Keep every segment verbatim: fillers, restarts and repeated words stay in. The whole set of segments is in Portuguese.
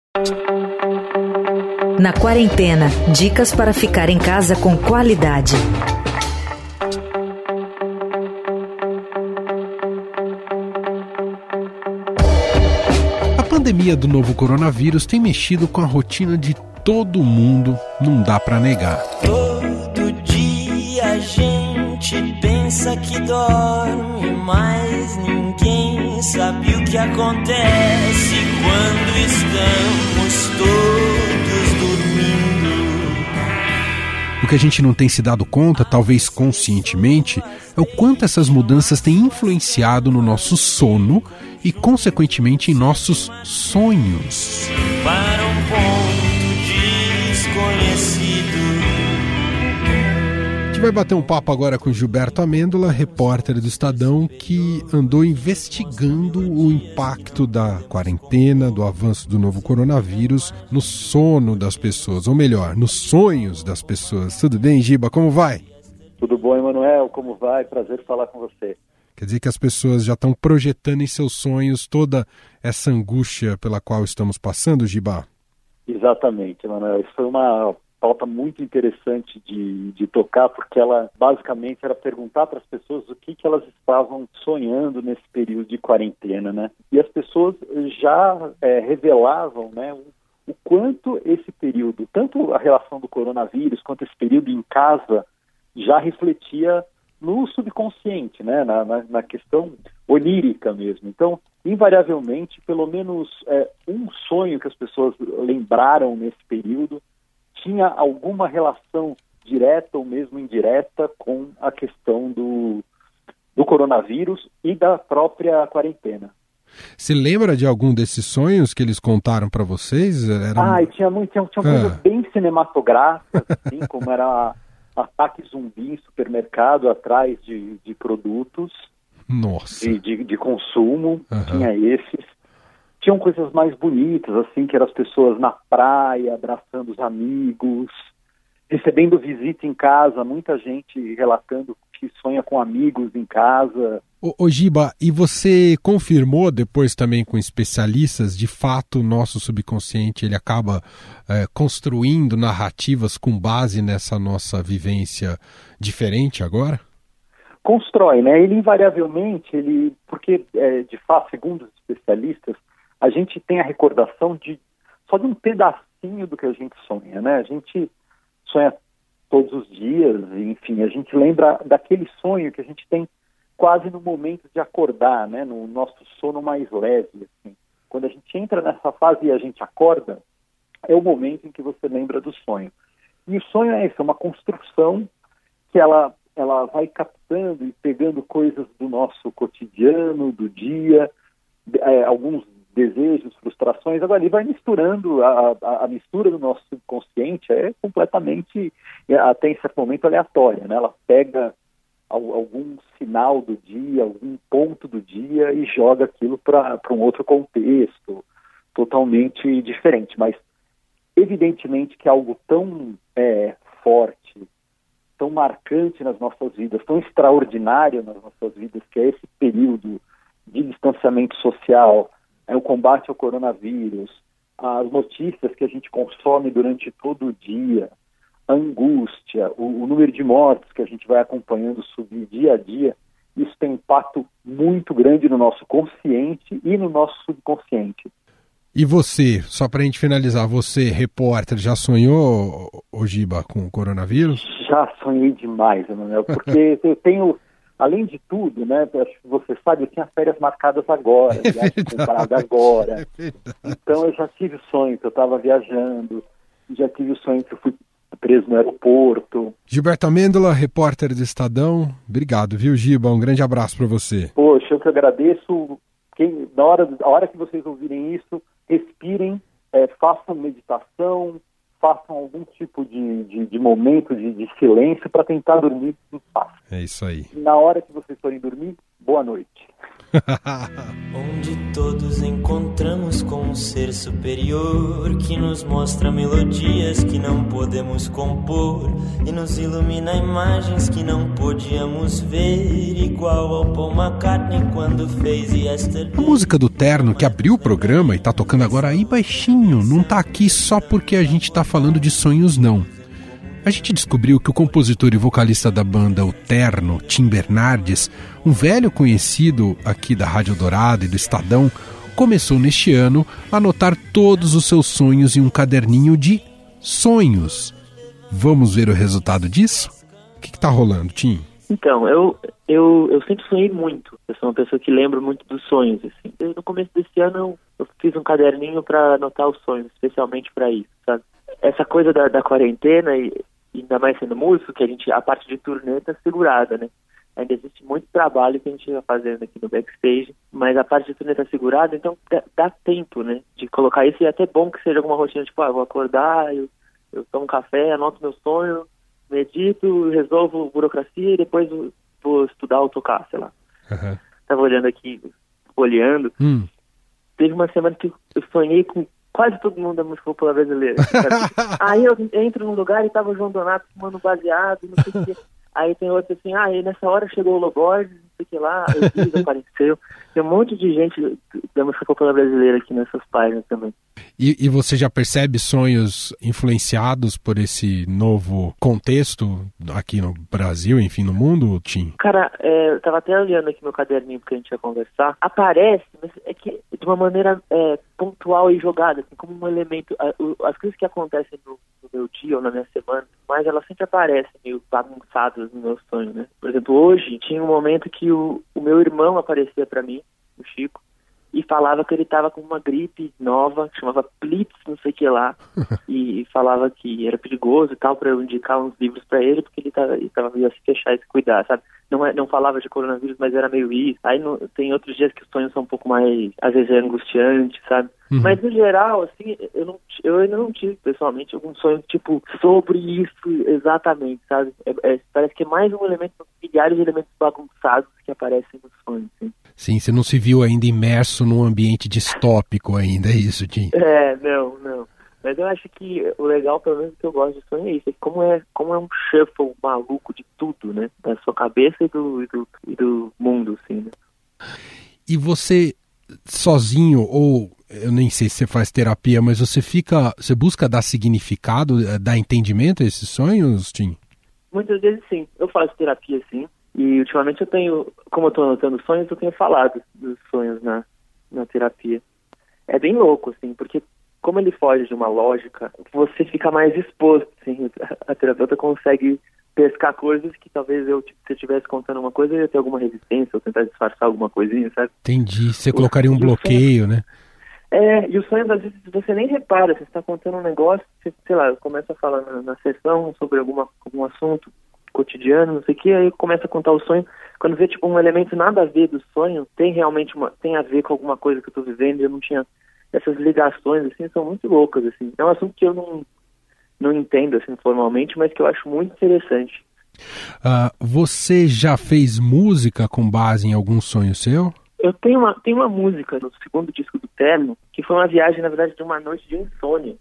Na quarentena, dicas para ficar em casa com qualidade. A pandemia do novo coronavírus tem mexido com a rotina de todo mundo, não dá pra negar. Todo dia a gente pensa que dorme, mas ninguém sabe o que acontece quando estamos todos dormindo. O que a gente não tem se dado conta, talvez conscientemente, é o quanto essas mudanças têm influenciado no nosso sono e, consequentemente, em nossos sonhos. Para um ponto desconhecido. A gente vai bater um papo agora com Gilberto Amêndola, repórter do Estadão, que andou investigando o impacto da quarentena, do avanço do novo coronavírus no sono das pessoas, ou melhor, nos sonhos das pessoas. Tudo bem, Giba? Como vai? Tudo bom, Emanuel? Como vai? Prazer falar com você. Quer dizer que as pessoas já estão projetando em seus sonhos toda essa angústia pela qual estamos passando, Giba? Exatamente, Emanuel. Isso foi uma pauta muito interessante de, de tocar, porque ela basicamente era perguntar para as pessoas o que, que elas estavam sonhando nesse período de quarentena, né? E as pessoas já é, revelavam, né, o, o quanto esse período, tanto a relação do coronavírus quanto esse período em casa, já refletia no subconsciente, né, na, na, na questão onírica mesmo. Então, invariavelmente, pelo menos é, um sonho que as pessoas lembraram nesse período tinha alguma relação direta ou mesmo indireta com a questão do, do coronavírus e da própria quarentena. Você lembra de algum desses sonhos que eles contaram para vocês? Era... Ah, e tinha, muito, tinha, tinha ah. coisas bem cinematográficas, assim, como era ataque zumbi em supermercado atrás de, de produtos. Nossa. De, de, de consumo, uhum. Tinha esses. Tinham coisas mais bonitas, assim, que eram as pessoas na praia, abraçando os amigos, recebendo visita em casa, muita gente relatando que sonha com amigos em casa. Ô, ô Giba, e você confirmou depois também com especialistas, de fato o nosso subconsciente ele acaba é, construindo narrativas com base nessa nossa vivência diferente agora? Constrói, né? Ele invariavelmente, ele, porque é, de fato, segundo os especialistas, a gente tem a recordação de só de um pedacinho do que a gente sonha, né? A gente sonha todos os dias, enfim, a gente lembra daquele sonho que a gente tem quase no momento de acordar, né? No nosso sono mais leve, assim. Quando a gente entra nessa fase e a gente acorda, é o momento em que você lembra do sonho. E o sonho é isso, é uma construção que ela, ela vai captando e pegando coisas do nosso cotidiano, do dia, é, alguns desejos, frustrações, agora ele vai misturando, a, a, a mistura do nosso subconsciente é completamente, até em certo momento, aleatória, né? Ela pega al, algum sinal do dia, algum ponto do dia e joga aquilo para um outro contexto, totalmente diferente, mas evidentemente que algo tão é, forte, tão marcante nas nossas vidas, tão extraordinário nas nossas vidas, que é esse período de distanciamento social, é o combate ao coronavírus, as notícias que a gente consome durante todo o dia, a angústia, o, o número de mortes que a gente vai acompanhando subir dia a dia, isso tem um impacto muito grande no nosso consciente e no nosso subconsciente. E você, só para a gente finalizar, você, repórter, já sonhou, ô Giba, com o coronavírus? Já sonhei demais, Emanuel, porque eu tenho... Além de tudo, né, acho que você sabe, eu tinha férias marcadas agora, é viagem comprada agora. É então eu já tive o sonho que eu estava viajando, já tive o sonho que eu fui preso no aeroporto. Gilberto Amêndola, repórter do Estadão, obrigado, viu, Giba? Um grande abraço para você. Poxa, eu que agradeço. Quem, na hora, a hora que vocês ouvirem isso, respirem, é, façam meditação, façam algum tipo de, de, de momento de, de silêncio para tentar dormir em paz. É isso aí. Na hora que vocês forem dormir, boa noite. Onde todos encontramos com um ser superior que nos mostra melodias que não podemos compor e nos ilumina imagens que não podíamos ver, igual ao Paul McCartney quando fez Yesterday. A música do Terno, que abriu o programa e tá tocando agora aí baixinho, não tá aqui só porque a gente tá falando de sonhos, não. A gente descobriu que o compositor e vocalista da banda O Terno, Tim Bernardes, um velho conhecido aqui da Rádio Dourado e do Estadão, começou neste ano a anotar todos os seus sonhos em um caderninho de sonhos. Vamos ver o resultado disso? O que está rolando, Tim? Então, eu, eu, eu sempre sonhei muito. Eu sou uma pessoa que lembra muito dos sonhos. Assim. Eu, no começo desse ano, eu, eu fiz um caderninho para anotar os sonhos, especialmente para isso, sabe? Essa coisa da, da quarentena, e, e ainda mais sendo músico, que a gente, a parte de turnê está segurada, né? Ainda existe muito trabalho que a gente está fazendo aqui no backstage, mas a parte de turnê está segurada, então dá, dá tempo, né? De colocar isso, e é até bom que seja alguma rotina, tipo, ah, eu vou acordar, eu, eu tomo café, anoto meu sonho, medito, resolvo burocracia e depois vou estudar ou tocar, sei lá. Uhum. Tava olhando aqui, olhando. Hum. Teve uma semana que eu sonhei com quase todo mundo da música popular brasileira. Aí eu entro num lugar e tava o João Donato fumando baseado, não sei o que. Aí tem outro assim, ah, e nessa hora chegou o Loborges, não sei o que lá, o Luiz apareceu. Tem um monte de gente da música popular brasileira aqui nessas páginas também. E, e você já percebe sonhos influenciados por esse novo contexto aqui no Brasil, enfim, no mundo, Tim? Cara, é, eu tava até olhando aqui meu caderninho porque a gente ia conversar. Aparece, mas é que de uma maneira é, pontual e jogada, assim, como um elemento. A, o, as coisas que acontecem no, no meu dia ou na minha semana, mas elas sempre aparecem meio bagunçadas no meu sonho, né? Por exemplo, hoje tinha um momento que o, o meu irmão aparecia pra mim, o Chico, e falava que ele estava com uma gripe nova, que chamava Plitz, não sei o que lá, e, e falava que era perigoso e tal, para eu indicar uns livros para ele, porque ele estava meio a se fechar e se cuidar, sabe? Não, é, não falava de coronavírus, mas era meio isso. Aí no, tem outros dias que os sonhos são um pouco mais, às vezes é angustiante, sabe? Uhum. Mas no geral, assim, eu, não, eu ainda não tive, pessoalmente, algum sonho, tipo, sobre isso exatamente, sabe? É, é, parece que é mais um elemento, milhares de elementos bagunçados que aparecem nos sonhos, assim. Sim, você não se viu ainda imerso num ambiente distópico ainda, é isso, Tim? É, não, não. Mas eu acho que o legal, pelo menos, que eu gosto de sonho é isso. É como é, como é um shuffle maluco de tudo, né? Da sua cabeça e do, e do, e do mundo, assim, né? E você, sozinho, ou eu nem sei se você faz terapia, mas você fica, você busca dar significado, dar entendimento a esses sonhos, Tim? Muitas vezes sim. Eu faço terapia, sim. E ultimamente eu tenho, como eu estou anotando sonhos, eu tenho falado dos sonhos na, na terapia. É bem louco, assim, porque como ele foge de uma lógica, você fica mais exposto, assim, a, a terapeuta consegue pescar coisas que talvez eu, se eu estivesse contando uma coisa, eu ia ter alguma resistência, ou tentar disfarçar alguma coisinha, sabe? Entendi, você colocaria um bloqueio, sonho, né? É, e os sonhos, às vezes, você nem repara, você está contando um negócio, você, sei lá, começa a falar na, na sessão sobre alguma, algum assunto cotidiano, não sei o que, aí começa a contar o sonho, quando vê, tipo, um elemento nada a ver do sonho, tem realmente uma, tem a ver com alguma coisa que eu tô vivendo, e eu não tinha essas ligações, assim, são muito loucas, assim. É um assunto que eu não, não entendo, assim, formalmente, mas que eu acho muito interessante. Uh, você já fez música com base em algum sonho seu? Eu tenho uma, tenho uma música no segundo disco do Terno, que foi uma viagem, na verdade, de uma noite de insônia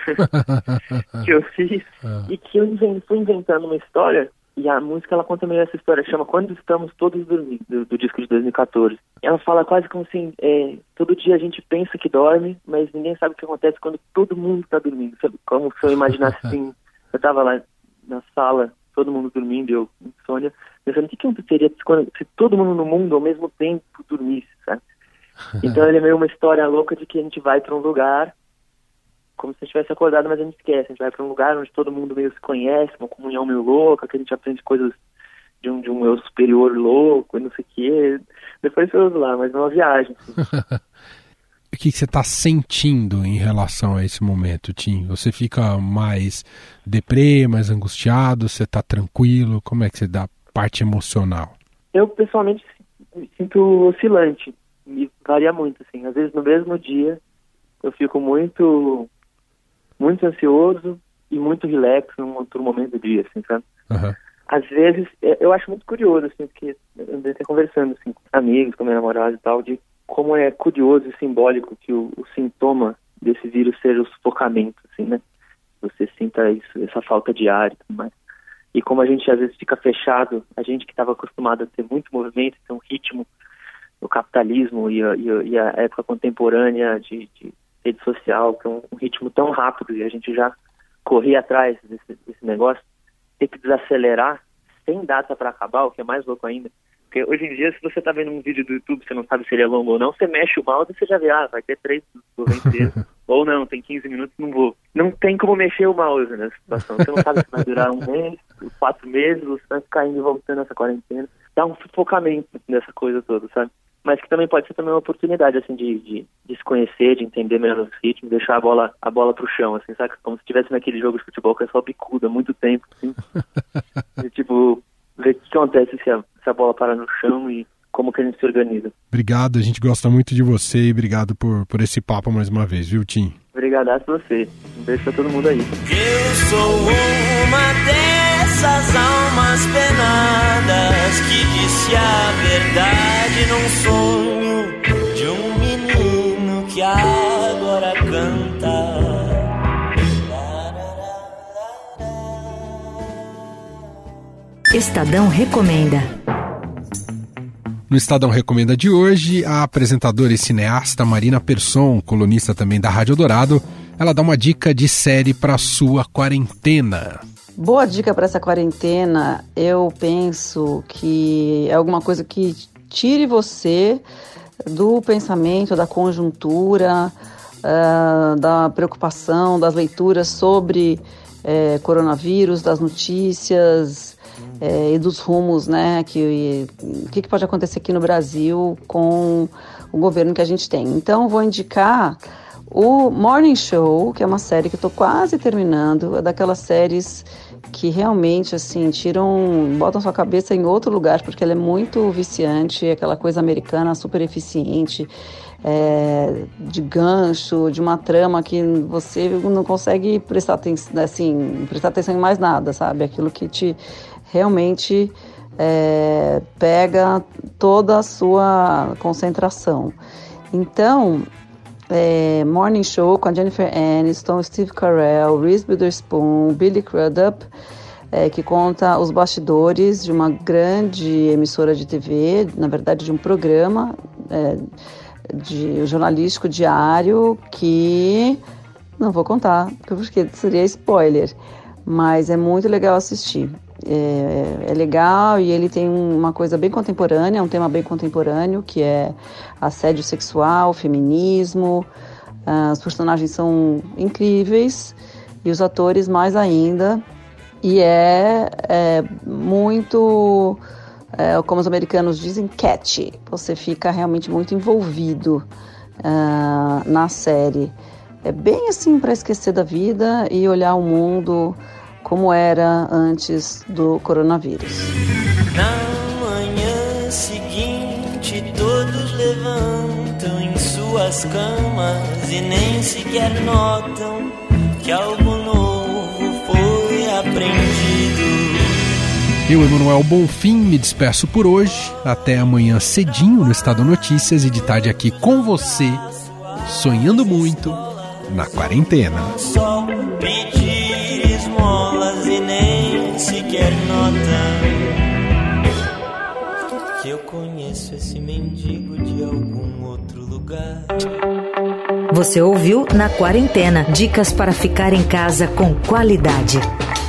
que eu fiz, ah. e que eu fui inventando uma história. E a música, ela conta meio essa história, chama Quando Estamos Todos Dormindo, do, do disco de dois mil e catorze. Ela fala quase como assim, é, todo dia a gente pensa que dorme, mas ninguém sabe o que acontece quando todo mundo está dormindo. Sabe? Como se eu imaginasse assim, eu estava lá na sala, todo mundo dormindo, eu, insônia, pensando, o que, que aconteceria se, se todo mundo no mundo ao mesmo tempo dormisse, sabe? Então ele é meio uma história louca de que a gente vai para um lugar, como se a gente tivesse acordado, mas a gente esquece. A gente vai para um lugar onde todo mundo meio se conhece, uma comunhão meio louca, que a gente aprende coisas de um, de um eu superior louco, não sei o quê. Depois eu uso lá, mas é uma viagem. Assim. O que você está sentindo em relação a esse momento, Tim? Você fica mais deprê, mais angustiado? Você está tranquilo? Como é que você dá a parte emocional? Eu, pessoalmente, me sinto oscilante. Me varia muito, assim. Às vezes, no mesmo dia, eu fico muito... muito ansioso e muito relax num outro momento do dia, assim, sabe? Uhum. às vezes, eu acho muito curioso, assim, porque eu andei até conversando, assim, com amigos, com minha namorada e tal, de como é curioso e simbólico que o, o sintoma desse vírus seja o sufocamento, assim, né? Você sinta isso, essa falta de ar e tudo mais. E como a gente às vezes fica fechado, a gente que estava acostumado a ter muito movimento, ter um ritmo, o capitalismo e a, e a, e a época contemporânea de, de rede social, que é um, um ritmo tão rápido e a gente já corria atrás desse, desse negócio, ter que desacelerar sem data para acabar, o que é mais louco ainda. Porque hoje em dia, se você está vendo um vídeo do YouTube, você não sabe se ele é longo ou não, você mexe o mouse e você já vê, ah, vai ter três, vou vencer. Ou não, tem quinze minutos, não vou. Não tem como mexer o mouse nessa situação. Você não sabe se vai durar um mês, quatro meses, você vai ficar indo e voltando nessa quarentena. Dá um focamento nessa coisa toda, sabe? Mas que também pode ser também uma oportunidade, assim, de, de, de se conhecer, de entender melhor os ritmos, deixar a bola, a bola pro chão, assim, sabe? Como se estivesse naquele jogo de futebol que é só bicuda, muito tempo, assim. E, tipo, ver o que acontece se a, se a bola para no chão e como que a gente se organiza. Obrigado, a gente gosta muito de você e obrigado por, por esse papo mais uma vez, viu, Tim? Obrigadaço a você. Um beijo pra todo mundo aí. Eu sou uma dessas almas penadas que disse a verdade num sonho de um menino que agora canta. Estadão Recomenda. No Estadão Recomenda de hoje, a apresentadora e cineasta Marina Persson, colunista também da Rádio Dourado, ela dá uma dica de série para sua quarentena. Boa dica para essa quarentena, eu penso que é alguma coisa que tire você do pensamento, da conjuntura, uh, da preocupação, das leituras sobre uh, coronavírus, das notícias uh, e dos rumos, né, que o que, que pode acontecer aqui no Brasil com o governo que a gente tem. Então, vou indicar o Morning Show, que é uma série que eu estou quase terminando, é daquelas séries que realmente, assim, tiram, botam sua cabeça em outro lugar, porque ela é muito viciante, aquela coisa americana super eficiente, é, de gancho, de uma trama que você não consegue prestar atenção, assim, prestar atenção em mais nada, sabe? Aquilo que te realmente é, pega toda a sua concentração. Então, É, Morning Show com a Jennifer Aniston, Steve Carell, Reese Witherspoon, Billy Crudup, é, que conta os bastidores de uma grande emissora de T V, na verdade de um programa é, de jornalístico diário que não vou contar, porque seria spoiler, mas é muito legal assistir. É, é legal e ele tem uma coisa bem contemporânea, um tema bem contemporâneo, que é assédio sexual, feminismo. As personagens são incríveis e os atores mais ainda. E é, é muito, é, como os americanos dizem, catchy. Você fica realmente muito envolvido uh, na série. É bem assim para esquecer da vida e olhar o mundo como era antes do coronavírus. Na manhã seguinte, todos levantam em suas camas e nem sequer notam que algo novo foi aprendido. Eu, Emanuel Bonfim, me despeço por hoje. Até amanhã cedinho no Estado Notícias e de tarde aqui com você, sonhando muito na quarentena. Só pedir esmolas e nem sequer notam que eu conheço esse mendigo de algum outro lugar. Você ouviu Na Quarentena, dicas para ficar em casa com qualidade.